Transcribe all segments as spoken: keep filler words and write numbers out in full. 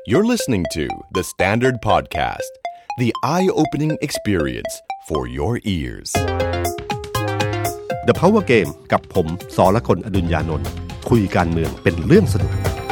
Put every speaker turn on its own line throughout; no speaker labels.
You're listening to The Standard Podcast, the eye-opening experience for your ears.
The Power Game กับผมสรกล อดุลยานนท์คุยการเมืองเป็นเรื่องสนุก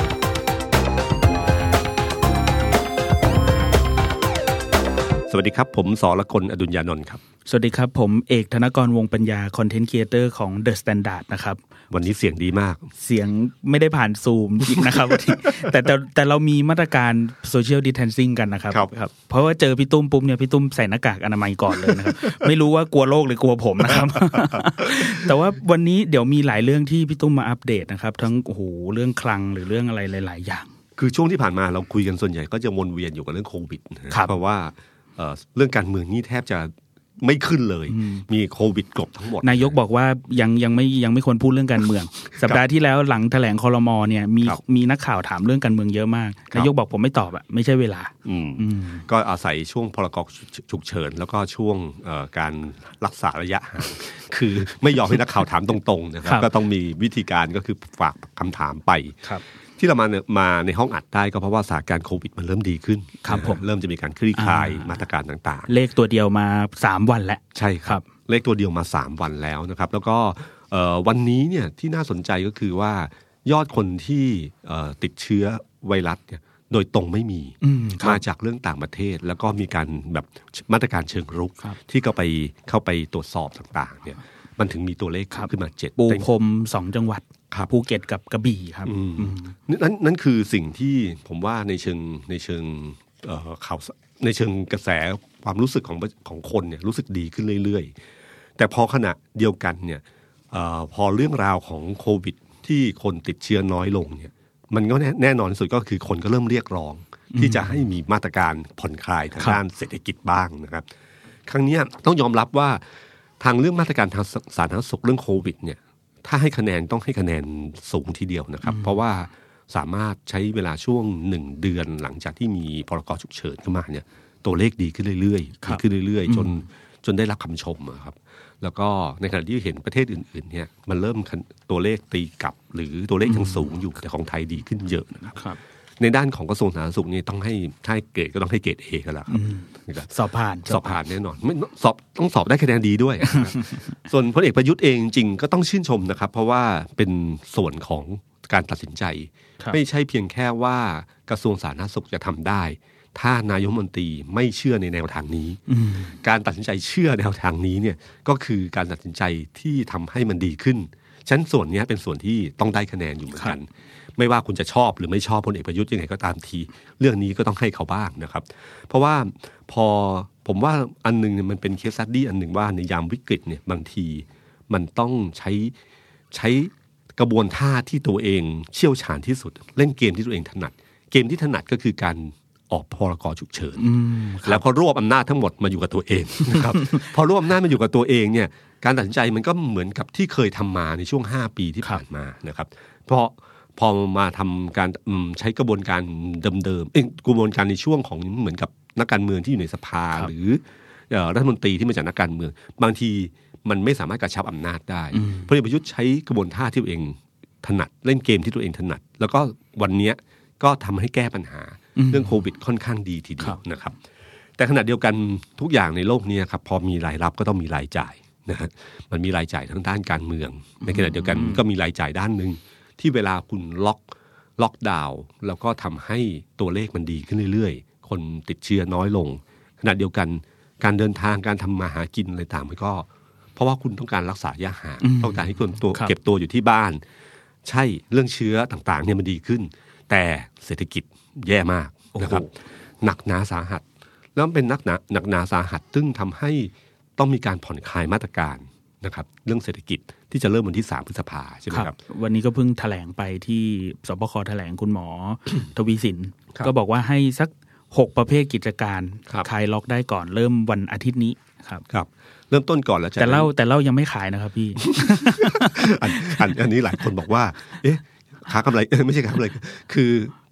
สวัสดีครับผมสรกล อดุลยานนท์ครับ
สวัสดีครับผมเอกธนกรวงปัญญาคอนเทนต์ครีเอเตอร์ของ The Standard นะครับ
วันนี้เสียงดีมาก
เสียงไม่ได้ผ่านซูมอีกนะครับแต่แต่แต่เรามีมาตรการ Social Distancing กันนะครับครับเพราะว่าเจอพี่ตุ้มปุ๊บเนี่ยพี่ตุ้มใส่หน้ากากอนามัยก่อนเลยนะครับไม่รู้ว่ากลัวโรคหรือกลัวผมนะครับแต่ว่าวันนี้เดี๋ยวมีหลายเรื่องที่พี่ตุ้มมาอัปเดตนะครับทั้งโอ้โหเรื่องคลังหรือเรื่องอะไรหลายๆอย่าง
คือช่วงที่ผ่านมาเราคุยกันส่วนใหญ่ก็จะวนเวียนอยู่กับเรื่องโควิดเพราะว่าเอ่อเรื่องการเมืองนี่แทบจะไม่ขึ้นเลยมีโควิดกลบทั้งหมด
นายกบอกว่ายังยังไม่ยังไม่ควรพูดเรื่องการเมือง สัปดาห์ที่แล้วหลังแถลงครม.เนี่ยมีมีนักข่าวถามเรื่องการเมืองเยอะมากนายกบอกผมไม่ตอบอ่ะไม่ใช่เวลา
ก็อาศัยช่วงพรกฉุกเฉินแล้วก็ช่วงการรักษาระยะห่างคือไม่ยอมให้นักข่าวถามตรงๆนะครับก็ต้องมีวิธีการก็คือฝากคำถามไปที่เรามามาในห้องอัดได้ก็เพราะว่าสถานการณ์โควิดมันเริ่มดีขึ้น
ครับผม
เริ่มจะมีการคลี่คลายมาตรการต่าง
ๆเลขตัวเดียวมาสามวันแล้ว
ใช่ครับเลขตัวเดียวมาสามวันแล้วนะครับแล้วก็วันนี้เนี่ยที่น่าสนใจก็คือว่ายอดคนที่ติดเชื้อไวรัสเนี่ยโดยตรงไม่มีมาจากเรื่องต่างประเทศแล้วก็มีการแบบมาตรการเชิงรุกที่เข้าไปเข้าไปตรวจสอบต่างๆเนี่ยมันถึงมีตัวเลขขึ้นมาเจ็ด
ปูพรมสองจังหวัดภูเก็ตกับกระบี่ครับ
นั่นนั่นคือสิ่งที่ผมว่าในเชิงในเชิงข่าวในเชิงกระแสความรู้สึกของของคนเนี่ยรู้สึกดีขึ้นเรื่อยๆแต่พอขณะเดียวกันเนี่ยพอเรื่องราวของโควิดที่คนติดเชื้อน้อยลงเนี่ยมันก็แน่นอนที่สุดก็คือคนก็เริ่มเรียกร้องที่จะให้มีมาตรการผ่อนคลายทางด้านเศรษฐกิจบ้างนะครับครั้งนี้ต้องยอมรับว่าทางเรื่องมาตรการทางสาธารณสุขเรื่องโควิดเนี่ยถ้าให้คะแนนต้องให้คะแนนสูงทีเดียวนะครับเพราะว่าสามารถใช้เวลาช่วงหนึ่งเดือนหลังจากที่มีพรกฉุกเฉินเข้ามาเนี่ยตัวเลขดีขึ้นเรื่อยๆดีขึ้นเรื่อยๆจนจนได้รับคำชมครับแล้วก็ในขณะที่เห็นประเทศอื่นๆเนี่ยมันเริ่มตัวเลขตีกลับหรือตัวเลขยังสูงอยู่แต่ของไทยดีขึ้นเยอะนะครับในด้านของกระทรวงสาธารณสุขนี่ต้องให้ถ้าเกรดก็ต้องให้เกรด A กันแล้วครับ
สอบผ่าน
สอบผ่านแน่นอนไม่สอบต้องสอบได้คะแนนดีด้วย ส่วนพลเอกประยุทธ์เองจริงก็ต้องชื่นชมนะครับเพราะว่าเป็นส่วนของการตัดสินใจไม่ใช่เพียงแค่ว่ากระทรวงสาธารณสุขจะทำได้ถ้านายกรัฐมนตรีไม่เชื่อในแนวทางนี้การตัดสินใจเชื่อแนวทางนี้เนี่ยก็คือการตัดสินใจที่ทำให้มันดีขึ้นฉะนั้นส่วนนี้เป็นส่วนที่ต้องได้คะแนนอยู่เหมือนกันไม่ว่าคุณจะชอบหรือไม่ชอบพลเอกประยุทธ์ยังไงก็ตามทีเรื่องนี้ก็ต้องให้เขาบ้างนะครับเพราะว่าพอผมว่าอันนึงเนี่ยมันเป็นเคสสตั๊ดดี้อันนึงว่าในยามวิกฤตเนี่ยบางทีมันต้องใช้ใช้กระบวนท่าที่ตัวเองเชี่ยวชาญที่สุดเล่นเกมที่ตัวเองถนัดเกมที่ถนัดก็คือการออกพรกฉุกเฉินแล้วพอรวบอำนาจทั้งหมดมาอยู่กับตัวเองนะครับ พอรวบอำนาจมาอยู่กับตัวเองเนี่ยการตัดสินใจมันก็เหมือนกับที่เคยทำมาในช่วงห้าปีที่ผ่านมานะครับเพราะพอมาทำการใช้กระบวนการเดิมๆเองกระบวนการในช่วงของเหมือนกับนักการเมืองที่อยู่ในสภาหรือรัฐมนตรีที่มาจากนักการเมืองบางทีมันไม่สามารถกระชับอำนาจได้พลเอกประยุทธ์ใช้กระบวนท่าที่ตัวเองถนัดเล่นเกมที่ตัวเองถนัดแล้วก็วันนี้ก็ทำให้แก้ปัญหาเรื่องโควิดค่อนข้างดีทีเดียวนะครับแต่ขณะเดียวกันทุกอย่างในโลกนี้ครับพอมีรายรับก็ต้องมีรายจ่ายนะฮะมันมีรายจ่ายทั้งด้านการเมืองในขณะเดียวกันก็มีรายจ่ายด้านนึงที่เวลาคุณล็อกล็อกดาวน์แล้วก็ทำให้ตัวเลขมันดีขึ้นเรื่อยๆคนติดเชื้อน้อยลงขณะเดียวกันการเดินทางการทำมาหากินอะไรต่างมันก็เพราะว่าคุณต้องการรักษาระยะห่างต้องการให้คนตัวเก็บตัวอยู่ที่บ้านใช่เรื่องเชื้อต่างๆเนี่ยมันดีขึ้นแต่เศรษฐกิจแย่มากนะครับหนักหนาสาหัสแล้วเป็นนักหนาหนักหนาสาหัสซึ่งทำให้ต้องมีการผ่อนคลายมาตรการนะครับเรื่องเศรษฐกิจที่จะเริ่มวันที่สามพฤษภาใช่ไหมครับ
วันนี้ก็เพิ่งแถลงไปที่สบคแถลงคุณหมอ ทวีสินก็บอกว่าให้สักหกประเภทกิจการคลายล็อกได้ก่อนเริ่มวันอาทิตย์นี้ครับ
ครับเริ่มต้นก่อนแล้ว
แต่เล่าแต่เล่ายังไม่ขายนะครับพี่
อันอันอันนี้หลายคนบอกว่าเอ๊ะค้ากำไรเออไม่ใช่ค้ากำไรคือ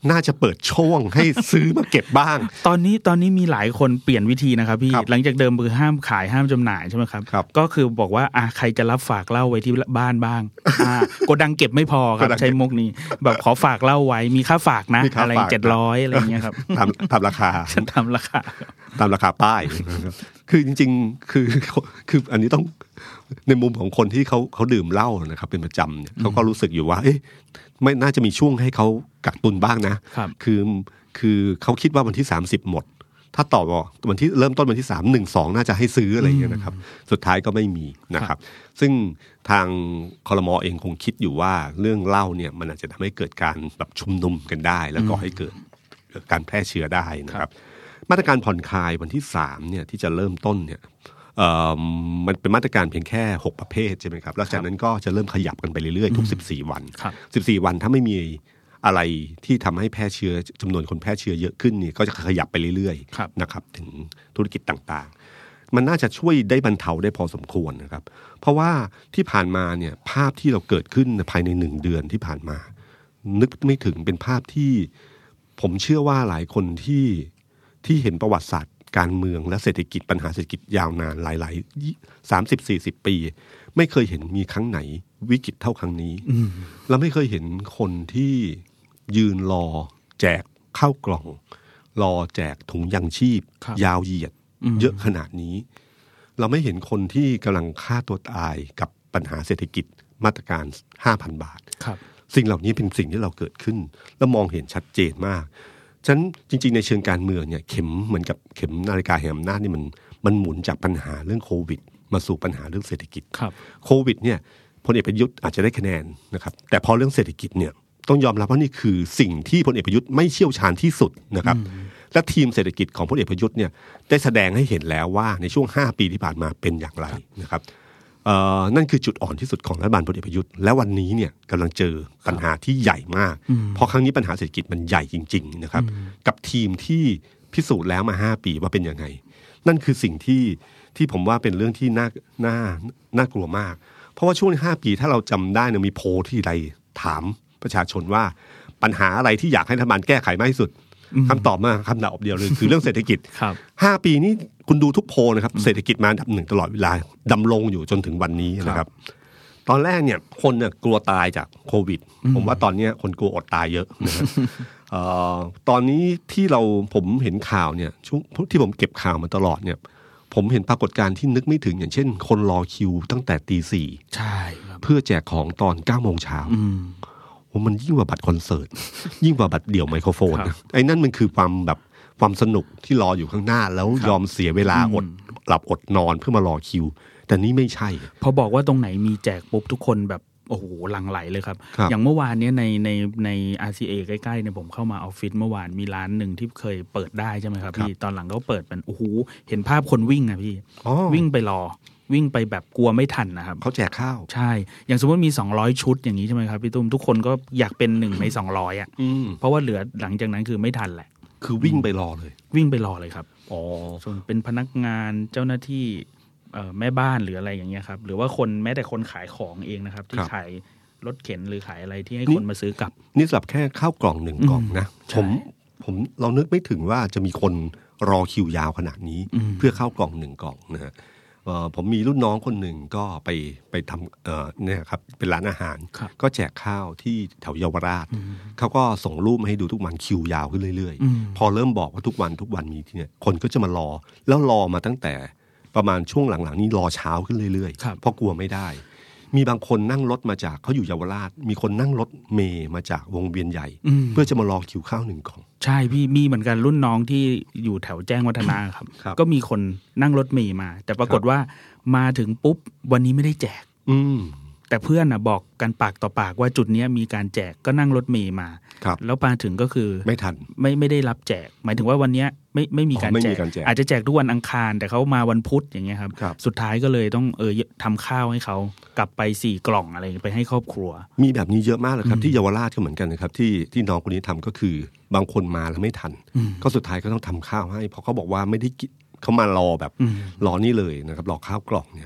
น่าจะเปิดช่วงให้ซื้อมาเก็บบ้าง
ตอนนี้ตอนนี้มีหลายคนเปลี่ยนวิธีนะครับพี่หลังจากเดิมคือห้ามขายห้ามจำหน่ายใช่ไหมครับก็คือบอกว่าอ่ะใครจะรับฝากเหล้าไว้ที่บ้านบ้างอ่าโกดังเก็บไม่พอครับใช้มุกนี้แบบขอฝากเหล้าไว้มีค่าฝากนะอะไรเจ็ดร้อยอะไรอย่างเงี้ยครับ
ตามตามราคา
ตามราคา
ตามราคาป้ายคือจริงๆคือคืออันนี้ต้องในมุมของคนที่เขาเขาดื่มเหล้านะครับเป็นประจำเนี่ยเขาก็รู้สึกอยู่ว่าเอ๊ะไม่น่าจะมีช่วงให้เขากักตุนบ้างนะคือคือเขาคิดว่าวันที่สามสิบหมดถ้าต่อวันที่เริ่มต้นวันที่สาม หนึ่ง สองน่าจะให้ซื้ออะไรอย่างเงี้ยนะครับสุดท้ายก็ไม่มีนะครับซึ่งทางครม.เองคงคิดอยู่ว่าเรื่องเหล้าเนี่ยมันอาจจะทำให้เกิดการแบบชุมนุมกันได้แล้วก็ให้เกิดการแพร่เชื้อได้นะครับมาตรการผ่อนคลายวันที่สามเนี่ยที่จะเริ่มต้นเนี่ยเอ่อมันเป็นมาตรการเพียงแค่หกประเภทใช่ไหมครับแล้วจากนั้นก็จะเริ่มขยับกันไปเรื่อยๆทุกสิบสี่วันสิบสี่วันถ้าไม่มีอะไรที่ทำให้แพร่เชื้อจำนวนคนแพร่เชื้อเยอะขึ้นนี่ก็จะขยับไปเรื่อยๆนะครับถึงธุรกิจต่างๆมันน่าจะช่วยได้บรรเทาได้พอสมควรนะครับเพราะว่าที่ผ่านมาเนี่ยภาพที่เราเกิดขึ้นภายในหนึ่งเดือนที่ผ่านมานึกไม่ถึงเป็นภาพที่ผมเชื่อว่าหลายคนที่ที่เห็นประวัติศาสตร์การเมืองและเศรษฐกิจปัญหาเศรษฐกิจยาวนานหลายๆสามสิบสี่สิบปีไม่เคยเห็นมีครั้งไหนวิกฤตเท่าครั้งนี้เราไม่เคยเห็นคนที่ยืนรอแจกข้าวกล่องรอแจกถุงยังชีพยาวเหยียดเยอะขนาดนี้เราไม่เห็นคนที่กำลังฆ่าตัวตายกับปัญหาเศรษฐกิจมาตรการ ห้าพัน บาทสิ่งเหล่านี้เป็นสิ่งที่เราเกิดขึ้นและมองเห็นชัดเจนมากฉะนั้นจริงๆในเชิงการเมืองเนี่ยเข็มเหมือนกับเข็มนาฬิกาแห่งอำนาจนี่มันมันหมุนจากปัญหาเรื่องโควิดมาสู่ปัญหาเรื่องเศรษฐกิจโควิดเนี่ยพลเอกประยุทธ์อาจจะได้คะแนนนะครับแต่พอเรื่องเศรษฐกิจเนี่ยต้องยอมรับว่านี่คือสิ่งที่พลเอกประยุทธ์ไม่เชี่ยวชาญที่สุดนะครับและทีมเศรษฐกิจของพลเอกประยุทธ์เนี่ยได้แสดงให้เห็นแล้วว่าในช่วงห้าปีที่ผ่านมาเป็นอย่างไรนะครับนั่นคือจุดอ่อนที่สุดของรัฐบาลพลเอกประยุทธ์และวันนี้เนี่ยกำลังเจอปัญหาที่ใหญ่มากเพราะครั้งนี้ปัญหาเศรษฐกิจมันใหญ่จริงๆนะครับกับทีมที่พิสูจน์แล้วมาห้าปีว่าเป็นยังไงนั่นคือสิ่งที่ที่ผมว่าเป็นเรื่องที่น่าน่าน่ากลัวมากเพราะว่าช่วงห้าปีถ้าเราจำได้เนี่ยมีโพลที่ใดถามประชาชนว่าปัญหาอะไรที่อยากให้รัฐบาลแก้ไขมากที่สุดคำตอบมาคำตอบเดียวเลยคือเรื่องเศรษฐกิจห้าปีนี้คุณดูทุกโพลนะครับเศรษฐกิจมาอันดับหนึ่งตลอดเวลาดำรงอยู่จนถึงวันนี้นะครับตอนแรกเนี่ยคนเนี่ยกลัวตายจากโควิดผมว่าตอนนี้คนกลัวอดตายเยอะนะครับตอนนี้ที่เราผมเห็นข่าวเนี่ยช่วงที่ผมเก็บข่าวมาตลอดเนี่ยผมเห็นปรากฏการณ์ที่นึกไม่ถึงอย่างเช่นคนรอคิวตั้งแต่ตีสี่
ใช่
เพื่อแจกของตอนเก้าโมงเช้ามันยิ่งกว่าบัตรคอนเสิร์ตยิ่งกว่าบัตรเดี่ยวไมโครโฟนไอ้นั่นมันคือความแบบความสนุกที่รออยู่ข้างหน้าแล้วยอมเสียเวลาอดหลับอดนอนเพื่อมารอคิวแต่นี่ไม่ใช่
พอบอกว่าตรงไหนมีแจกปุ๊บทุกคนแบบโอ้โหหลั่งไหลเลยครับอย่างเมื่อวานนี้ในในใน อาร์ ซี เอ ใกล้ๆเนี่ยผมเข้ามาออฟฟิศเมื่อวานมีร้านหนึ่งที่เคยเปิดได้ใช่ไหมครับพี่ตอนหลังเขาเปิดเป็นโอ้โหเห็นภาพคนวิ่งอะพี่วิ่งไปรอวิ่งไปแบบกลัวไม่ทันนะครับ
เขาแจกข้าว
ใช่อย่างสมมติมีสองร้อยชุดอย่างนี้ใช่ไหมครับพี่ตุ้มทุกคนก็อยากเป็นหนึ่งในสองร้อยอ่ะเพราะว่าเหลือหลังจากนั้นคือไม่ทันแหละ
คือวิ่งไปรอเลย
วิ่งไปรอเลยครับอ๋อส่วนเป็นพนักงานเจ้าหน้าที่แม่บ้านหรืออะไรอย่างเงี้ยครับหรือว่าคนแม้แต่คนขายของเองนะครับที่ขายรถเข็นหรือขายอะไรที่ให้คนมาซื้อกลับ
นี่สำหรับแค่ข้าวกล่องหนึ่งกล่องนะผมผมเรานึกไม่ถึงว่าจะมีคนรอคิวยาวขนาดนี้เพื่อข้าวกล่องหนึ่งกล่องนะฮะผมมีรุ่นน้องคนหนึ่งก็ไปไปทำเอ่อเนี่ยครับเป็นร้านอาหารก็แจกข้าวที่แถวเยาวราชเขาก็ส่งรูปมาให้ดูทุกวันคิวยาวขึ้นเรื่อยๆพอเริ่มบอกว่าทุกวันทุกวันมีที่เนี่ยคนก็จะมารอแล้วรอมาตั้งแต่ประมาณช่วงหลังๆนี้รอเช้าขึ้นเรื่อยๆเพราะกลัวไม่ได้มีบางคนนั่งรถมาจากเขาอยู่เยาวราชมีคนนั่งรถเมย์มาจากวงเวียนใหญ่เพื่อจะมารอคิวข้าวหนึ่งกล่อง
ใช่พี่มีเหมือนกันรุ่นน้องที่อยู่แถวแจ้งวัฒนะครับก็มีคนนั่งรถเมย์มาแต่ปรากฏว่ามาถึงปุ๊บวันนี้ไม่ได้แจกแต่เพื่อนนะบอกกันปากต่อปากว่าจุดนี้มีการแจกก็นั่งรถเมย์มาแล้วมาถึงก็คือ
ไม่ทัน
ไม่ไม่ได้รับแจกหมายถึงว่าวันนี้ไม่ไม่มีการแจกอาจจะแจกทุกวันอังคารแต่เขามาวันพุธอย่างเงี้ยครับสุดท้ายก็เลยต้องเออทำข้าวให้เขากลับไปสี่กล่องอะไรไปให้ครอบครัว
มีแบบนี้เยอะมากเลยครับที่เยาวราชก็เหมือนกันนะครับที่ที่น้องคนนี้ทำก็คือบางคนมาแล้วไม่ทันก็สุดท้ายก็ต้องทำข้าวให้เพราะเขาบอกว่าไม่ได้เขามารอแบบรอนี่เลยนะครับรอข้าวกล่องเนี่ย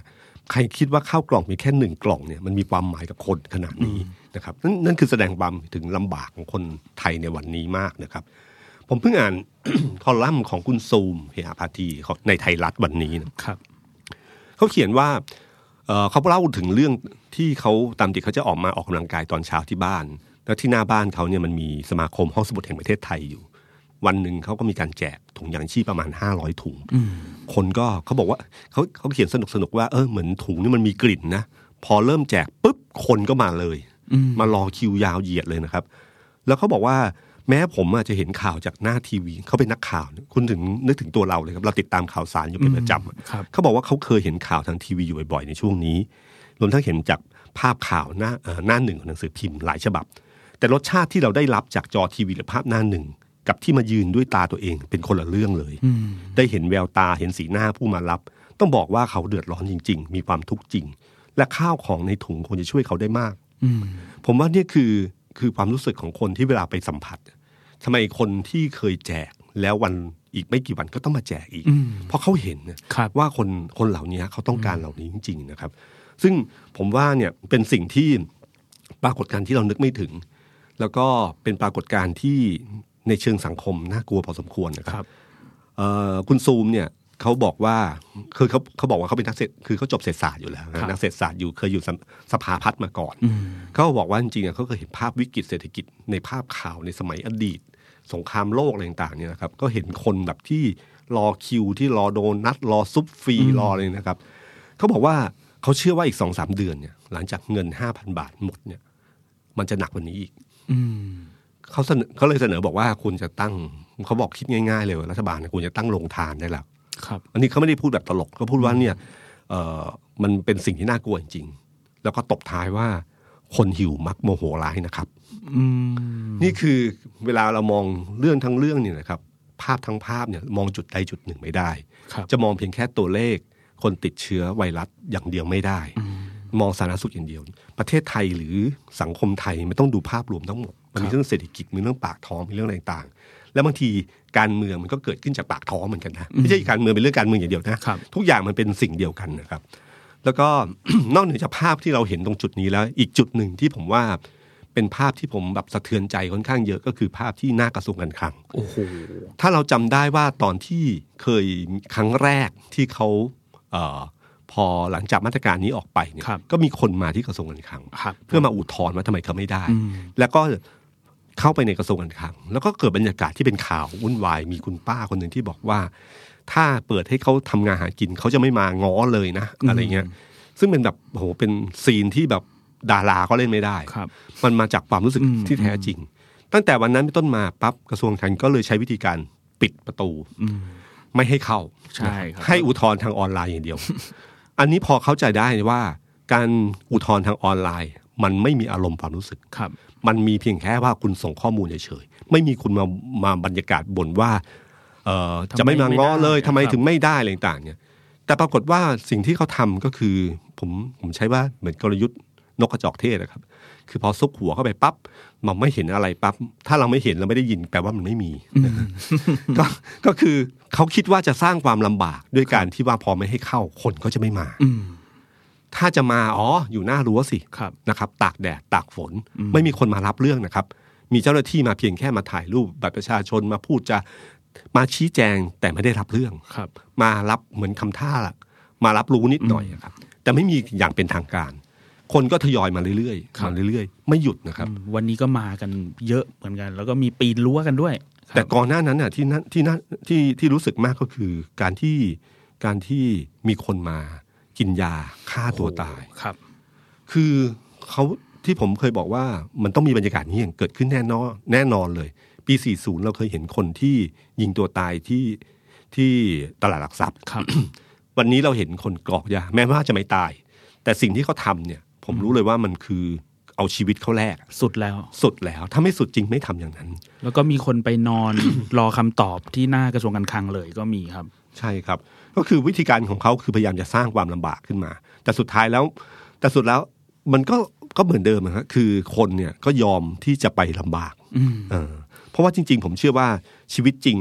ใครคิดว่าข้าวกล่องมีแค่หนึ่งกล่องเนี่ยมันมีความหมายกับคนขนาดนี้นะครับนั่นนั่นคือแสดงความถึงลำบากของคนไทยในวันนี้มากนะครับผมเพิ่งอ่าน คอลัมน์ของคุณซูมเฮียพาทีในไทยรัฐวันนี้นะครับเขาเขียนว่าเอ่อเขาเล่าถึงเรื่องที่เขาตามที่เขาจะออกมาออกกำลังกายตอนเช้าที่บ้านแล้วที่หน้าบ้านเขาเนี่ยมันมีสมาคมห้องสมุดแห่งประเทศไทยอยู่วันหนึ่งเขาก็มีการแจกถุงยางชีพประมาณห้าร้อยถุงคนก็เขาบอกว่าเขาเขาเขียนสนุกๆว่าเออเหมือนถุงนี่มันมีกลิ่นนะพอเริ่มแจกปุ๊บคนก็มาเลยมารอคิวยาวเหยียดเลยนะครับแล้วเขาบอกว่าแม้ผมอาจจะเห็นข่าวจากหน้าทีวีเขาเป็นนักข่าวคุณถึงนึกถึงตัวเราเลยครับเราติดตามข่าวสารอยู่เป็นประจำเขาบอกว่าเขาเคยเห็นข่าวทางทีวีอยู่บ่อยๆในช่วงนี้รวมทั้งเห็นจากภาพข่าวหน้าหน้าหนึ่งของหนังสือพิมพ์หลายฉบับแต่รสชาติที่เราได้รับจากจอทีวีหรือภาพหน้าหนึ่งกับที่มายืนด้วยตาตัวเองเป็นคนละเรื่องเลยได้เห็นแววตาเห็นสีหน้าผู้มารับต้องบอกว่าเขาเดือดร้อนจริงๆมีความทุกข์จริงและข้าวของในถุงควรจะช่วยเขาได้มากผมว่านี่คือคือความรู้สึกของคนที่เวลาไปสัมผัสทำไมคนที่เคยแจกแล้ววันอีกไม่กี่วันก็ต้องมาแจกอีกเพราะเขาเห็นว่าคนคนเหล่านี้เขาต้องการเหล่านี้จริงๆนะครับซึ่งผมว่าเนี่ยเป็นสิ่งที่ปรากฏการณ์ที่เรานึกไม่ถึงแล้วก็เป็นปรากฏการณ์ที่ในเชิงสังคมน่ากลัวพอสมควรนะครับคุณซูมเนี่ยเขาบอกว่าคือเขาเขาบอกว่าเขาเป็นนักเศรษฐคือเขาจบเศรษฐศาสตร์อยู่แล้วนักเศรษฐศาสตร์อยู่เคยอยู่สภาพัฒน์มาก่อนเขาบอกว่าจริงๆเขาเคยเห็นภาพวิกฤตเศรษฐกิจในภาพข่าวในสมัยอดีตสงครามโลกอะไรต่างๆเนี่ยนะครับก็เห็นคนแบบที่รอคิวที่รอโดนัทรอซุปฟรีรออะไรนะครับเขาบอกว่าเขาเชื่อว่าอีก สองถึงสาม เดือนเนี่ยหลังจากเงิน ห้าพัน บาทหมดเนี่ยมันจะหนักกว่านี้อีกเขาเสนอเขาเลยเสนอบอกว่าคุณจะตั้งเขาบอกคิดง่ายๆเลยว่ารัฐบาลคุณจะตั้งโรงทานได้แล้วครับอันนี้เขาไม่ได้พูดแบบตลกเขาพูดว่าเนี่ยเอ่อมันเป็นสิ่งที่น่ากลัวจริงๆแล้วก็ตบท้ายว่าคนหิวมักโมโหร้ายนะครับนี่คือเวลาเรามองเรื่องทั้งเรื่องเนี่ยนะครับภาพทั้งภาพเนี่ยมองจุดใดจุดหนึ่งไม่ได้จะมองเพียงแค่ตัวเลขคนติดเชื้อไวรัสอย่างเดียวไม่ได้มองสาธารณสุขอย่างเดียวประเทศไทยหรือสังคมไทยไม่ต้องดูภาพรวมทั้งหมดมันมีเรื่องเศรษฐกิจมีเรื่องปากท้องมีเรื่องอะไรต่างๆแล้วบางทีการเมืองมันก็เกิดขึ้นจากปากท้องเหมือนกันนะไม่ใช่การเมืองเป็นเรื่องการเมืองอย่างเดียวนะทุกอย่างมันเป็นสิ่งเดียวกันนะครับแล้วก็ นอกเหนือจากภาพที่เราเห็นตรงจุดนี้แล้วอีกจุดหนึ่งที่ผมว่าเป็นภาพที่ผมแบบสะเทือนใจค่อนข้างเยอะก็คือภาพที่หน้ากระทรวงการคลังโอ้โหถ้าเราจำได้ว่าตอนที่เคยครั้งแรกที่เขาเอ่อพอหลังจากมาตรการนี้ออกไปเนี่ยก็มีคนมาที่กระทรวงการคลังเพื่อมาอุทธรณ์ว่าทำไมเขาไม่ได้แล้วก็เข้าไปในกระทรวงการคลังแล้วก็เกิดบรรยากาศที่เป็นข่าววุ่นวายมีคุณป้าคนหนึ่งที่บอกว่าถ้าเปิดให้เขาทำงานหากินเขาจะไม่มาง้อเลยนะอะไรเงี้ยซึ่งเป็นแบบโหเป็นซีนที่แบบดาราก็เล่นไม่ได้มันมาจากความรู้สึกที่แท้จริงตั้งแต่วันนั้นเป็นต้นมาปั๊บกระทรวงการคลังก็เลยใช้วิธีการปิดประตูไม่ให้เข้าให้อุทธรณ์ทางออนไลน์อย่างเดียวอันนี้พอเข้าใจได้ว่าการอุทธรณ์ทางออนไลน์มันไม่มีอารมณ์ความรู้สึกมันมีเพียงแค่ว่าคุณส่งข้อมูลเฉยๆไม่มีคุณมามาบรรยากาศบ่นว่าจะไม่มาง้อเลยทำไมถึงไม่ได้อะไรต่างๆเนี่ยแต่ปรากฏว่าสิ่งที่เขาทำก็คือผมผมใช้ว่าเหมือนกลยุทธ์นกกระจอกเทศนะครับคือพอซุกหัวเข้าไปปั๊บมันไม่เห็นอะไรปั๊บถ้าเราไม่เห็นเราไม่ได้ยินแปลว่ามันไม่มี ก็ก็คือเขาคิดว่าจะสร้างความลำบากด้วยการที่ว่าพอไม่ให้เข้าคนก็จะไม่มาถ้าจะมาอ๋ออยู่หน้ารั้วสินะครับตากแดดตากฝนไม่มีคนมารับเรื่องนะครับมีเจ้าหน้าที่มาเพียงแค่มาถ่ายรูปบัตรประชาชนมาพูดจะมาชี้แจงแต่ไม่ได้รับเรื่องมารับเหมือนคำท่ามารับรู้นิดหน่อยครับแต่ไม่มีอย่างเป็นทางการคนก็ทยอยมาเรื่อยๆมาเรื่อยๆไม่หยุดนะครับ
วันนี้ก็มากันเยอะเหมือนกันแล้วก็มีปีนรั้วกันด้วย
แต่ก่อนหน้านั้นน่ะที่นั่นที่นั่นที่ที่รู้สึกมากก็คือการที่การที่มีคนมากินยาฆ่าตัวตาย
ครับ
คือเขาที่ผมเคยบอกว่ามันต้องมีบรรยากาศนี้อย่างเกิดขึ้นแน่นอนแน่นอนเลยปีสี่สิบเราเคยเห็นคนที่ยิงตัวตายที่ที่ตลาดหลักทรัพย์ วันนี้เราเห็นคนกรอกยาแม้ว่าจะไม่ตายแต่สิ่งที่เขาทำเนี่ยผมรู้เลยว่ามันคือเอาชีวิตเขาแลก
สุดแล้ว
สุดแล้วถ้าไม่สุดจริงไม่ทำอย่างนั้น
แล้วก็มีคนไปนอน รอคำตอบที่หน้ากระทรวงการคลังเลยก็มีครับ
ใช่ครับก็คือวิธีการของเขาคือพยายามจะสร้างความลำบากขึ้นมาแต่สุดท้ายแล้วแต่สุดแล้วมันก็ก็เหมือนเดิมนะครับคือคนเนี่ยก็ยอมที่จะไปลำบากเออเพราะว่าจริงๆผมเชื่อว่าชีวิตจริง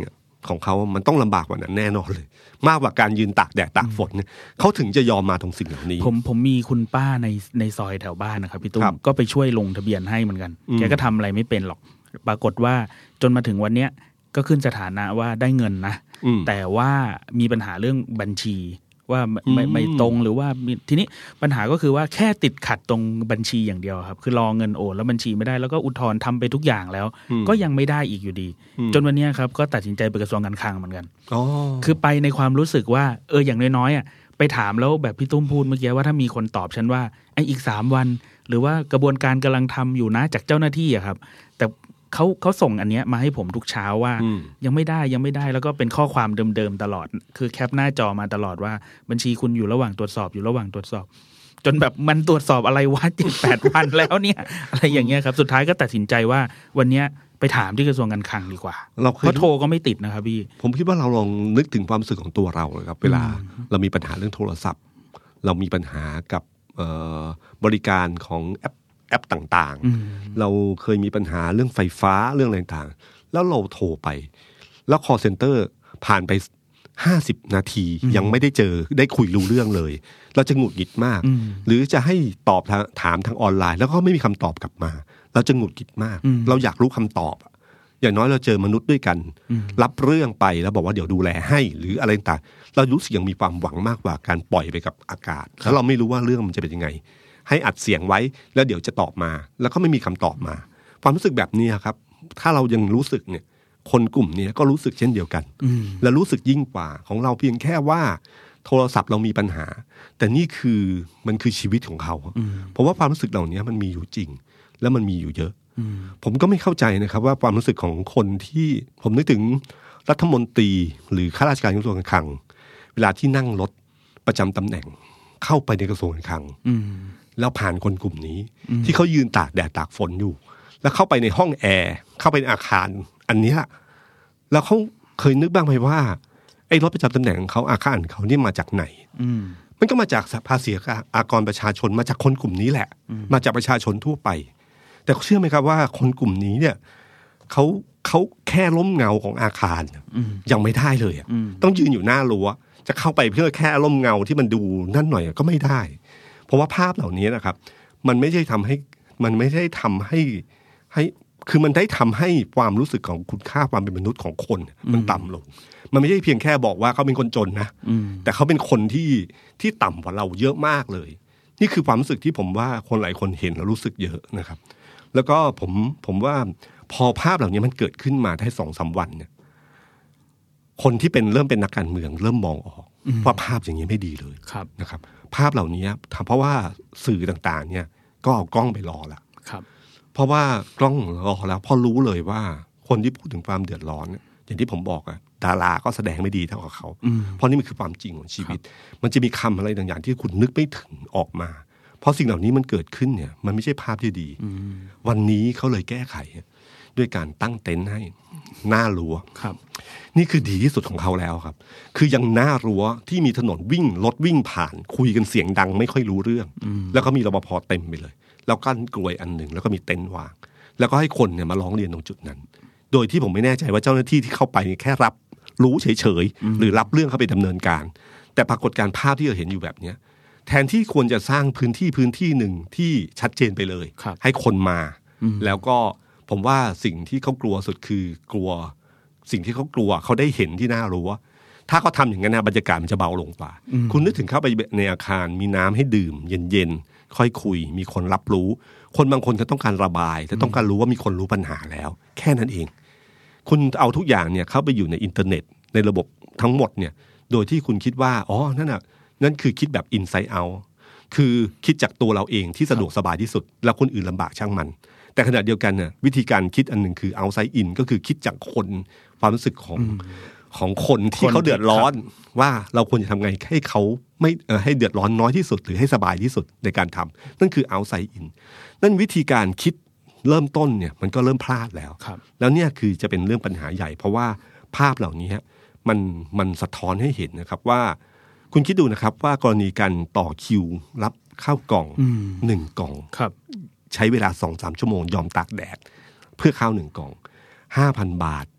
ของเขามันต้องลำบากกว่านั้นแน่นอนเลยมากกว่าการยืนตากแดดตากฝนเนี่ยเขาถึงจะยอมมาตรงสิ่งเหล่านี้
ผมผมมีคุณป้าในในซอยแถวบ้านนะครับพี่ตุ้มก็ไปช่วยลงทะเบียนให้เหมือนกันแกก็ทำอะไรไม่เป็นหรอกปรากฏว่าจนมาถึงวันเนี้ยก็ขึ้นสถานะว่าได้เงินนะแต่ว่ามีปัญหาเรื่องบัญชีว่าไม่ไม่ตรงหรือว่าทีนี้ปัญหาก็คือว่าแค่ติดขัดตรงบัญชีอย่างเดียวครับคือรอเงินโอนแล้วบัญชีไม่ได้แล้วก็อุทธรณ์ทำไปทุกอย่างแล้วก็ยังไม่ได้อีกอยู่ดีจนวันนี้ครับก็ตัดสินใจไปกระทรวงการคลังเหมือนกันคือไปในความรู้สึกว่าเอออย่างน้อยๆอ่ะไปถามแล้วแบบพี่ตุ้มพูดเมื่อกี้ว่าถ้ามีคนตอบฉันว่าไอ้อีกสามวันหรือว่ากระบวนการกำลังทำอยู่นะจากเจ้าหน้าที่อะครับแต่เขาเขาส่งอันเนี้ยมาให้ผมทุกเช้าว่ายังไม่ได้ยังไม่ได้แล้วก็เป็นข้อความเดิมๆตลอดคือแคปหน้าจอมาตลอดว่าบัญชีคุณอยู่ระหว่างตรวจสอบอยู่ระหว่างตรวจสอบจนแบบมันตรวจสอบอะไรวะเจ็ดแปดวันแล้วเนี่ยอะไรอย่างเงี้ยครับสุดท้ายก็ตัดสินใจว่าวันเนี้ยไปถามที่กระทรวงการคลังดีกว่าเพราะโทรก็ไม่ติดนะครับพี่
ผมคิดว่าเราลองนึกถึงความรู้สึกของตัวเราเลยครับเวลาเรามีปัญหาเรื่องโทรศัพท์เรามีปัญหากับบริการของแอปแอปต่างๆเราเคยมีปัญหาเรื่องไฟฟ้าเรื่องอะไรต่างๆแล้วเราโทรไปแล้ว call center ผ่านไปห้าสิบนาทียังไม่ได้เจอได้คุยรู้เรื่องเลยเราจะหงุดหงิดมากหรือจะให้ตอบถามทางออนไลน์แล้วก็ไม่มีคำตอบกลับมาเราจะหงุดหงิดมากเราอยากรู้คำตอบอย่างน้อยเราเจอมนุษย์ด้วยกันรับเรื่องไปแล้วบอกว่าเดี๋ยวดูแลให้หรืออะไรต่างเรารู้สึกยังมีความหวังมากกว่าการปล่อยไปกับอากาศแล้วเราไม่รู้ว่าเรื่องมันจะเป็นยังไงให้อัดเสียงไว้แล้วเดี๋ยวจะตอบมาแล้วก็ไม่มีคำตอบมาความรู้สึกแบบนี้ครับถ้าเรายังรู้สึกเนี่ยคนกลุ่มนี้ก็รู้สึกเช่นเดียวกันและรู้สึกยิ่งกว่าของเราเพียงแค่ว่าโทรศัพท์เรามีปัญหาแต่นี่คือมันคือชีวิตของเขาเพราะว่าความรู้สึกเหล่านี้มันมีอยู่จริงแล้วมันมีอยู่เยอะผมก็ไม่เข้าใจนะครับว่าความรู้สึกของคนที่ผมนึกถึงรัฐมนตรีหรือข้าราชการกระทรวงการคลังเวลาที่นั่งรถประจำตำแหน่งเข้าไปในกระทรวงการคลังแล้วผ่านคนกลุ่มนี้ที่เขายืนตากแดดตากฝนอยู่แล้วเข้าไปในห้องแอร์เข้าไปในอาคารอันนี้แล้วเขาเคยนึกบ้างไหมว่าไอ้รถประจำตำแหน่งของเขาอาคารเขานี่มาจากไหนมันก็มาจากภาษีอากรประชาชนมาจากคนกลุ่มนี้แหละมาจากประชาชนทั่วไปแต่เชื่อไหมครับว่าคนกลุ่มนี้เนี่ยเขาเขาแค่ล้มเงาของอาคารยังไม่ได้เลยต้องยืนอยู่หน้ารั้วจะเข้าไปเพื่อแค่ล้มเงาที่มันดูนั่นหน่อยก็ไม่ได้เพราะว่าภาพเหล่านี้นะครับมันไม่ใช่ทำให้มันไม่ได้ทำให้ให้คือมันได้ทำให้ความรู้สึกของคุณค่าความเป็นมนุษย์ของคนมันต่ำลงมันไม่ใช่เพียงแค่บอกว่าเขาเป็นคนจนนะแต่เขาเป็นคนที่ที่ต่ำกว่าเราเยอะมากเลยนี่คือความรู้สึกที่ผมว่าคนหลายคนเห็นแล้วรู้สึกเยอะนะครับแล้วก็ผมผมว่าพอภาพเหล่านี้มันเกิดขึ้นมาได้สองสามวันเนี่ยคนที่เป็นเริ่มเป็นนักการเมืองเริ่มมองออกว่าภาพอย่างนี้ไม่ดีเลยนะครับภาพเหล่านี้เพราะว่าสื่อต่างๆเนี่ยก็เอากล้องไปรอแล้วเพราะว่ากล้องรอแล้วพอรู้เลยว่าคนที่พูดถึงความเดือดร้อนอย่างที่ผมบอกอะดาราก็แสดงไม่ดีเท่ากับเขาเพราะนี่มันคือความจริงของชีวิตมันจะมีคำอะไรต่างๆที่คุณนึกไม่ถึงออกมาเพราะสิ่งเหล่านี้มันเกิดขึ้นเนี่ยมันไม่ใช่ภาพที่ดีวันนี้เขาเลยแก้ไขด้วยการตั้งเต็นท์ให้หน้ารั้วนี่คือดีที่สุดของเขาแล้วครับคือยังหน้ารั้วที่มีถนนวิ่งรถวิ่งผ่านคุยกันเสียงดังไม่ค่อยรู้เรื่องแล้วก็มีรปภเต็มไปเลยแล้วกั้นกลวยอันหนึ่งแล้วก็มีเต็นท์วางแล้วก็ให้คนเนี่ยมาร้องเรียนตรงจุดนั้นโดยที่ผมไม่แน่ใจว่าเจ้าหน้าที่ที่เข้าไปแค่รับรู้เฉยๆหรือรับเรื่องเข้าไปดำเนินการแต่ปรากฏการณ์ภาพที่เราเห็นอยู่แบบนี้แทนที่ควรจะสร้างพื้นที่พื้นที่หนึ่งที่ชัดเจนไปเลยให้คนมาแล้วก็ผมว่าสิ่งที่เขากลัวสุดคือกลัวสิ่งที่เขากลัวเขาได้เห็นที่หน้ารั้วถ้าเขาทำอย่างนั้นนะบรรยากาศมันจะเบาลงกว่าคุณนึกถึงเข้าไปในอาคารมีน้ำให้ดื่มเย็นๆค่อยคุยมีคนรับรู้คนบางคนเขาต้องการระบายแต่ต้องการรู้ว่ามีคนรู้ปัญหาแล้วแค่นั้นเองคุณเอาทุกอย่างเนี่ยเข้าไปอยู่ในอินเทอร์เน็ตในระบบทั้งหมดเนี่ยโดยที่คุณคิดว่าอ๋อนั่นน่ะนั่นคือคิดแบบ inside out คือคิดจากตัวเราเองที่สะดวกสบายที่สุดแล้วคนอื่นลำบากช่างมันแต่ขณะเดียวกันน่ะวิธีการคิดอันหนึ่งคือ outside in ก็คือคิดจากคนความรู้สึกของของคนที่เขาเดือดร้อนว่าเราควรจะทำไงให้เขาไม่ให้เดือดร้อนน้อยที่สุดหรือให้สบายที่สุดในการทำนั่นคือ outside in นั่นวิธีการคิดเริ่มต้นเนี่ยมันก็เริ่มพลาดแล้วแล้วเนี่ยคือจะเป็นเรื่องปัญหาใหญ่เพราะว่าภาพเหล่านี้มันมันสะท้อนให้เห็นนะครับว่าคุณคิดดูนะครับว่ากรณีการต่อคิวรับข้าวกล่องหนึ่งกล่องใช้เวลา สองถึงสาม ชั่วโมงยอมตากแดดเพื่อข้าวหนึ่งกล่อง ห้าพัน บาท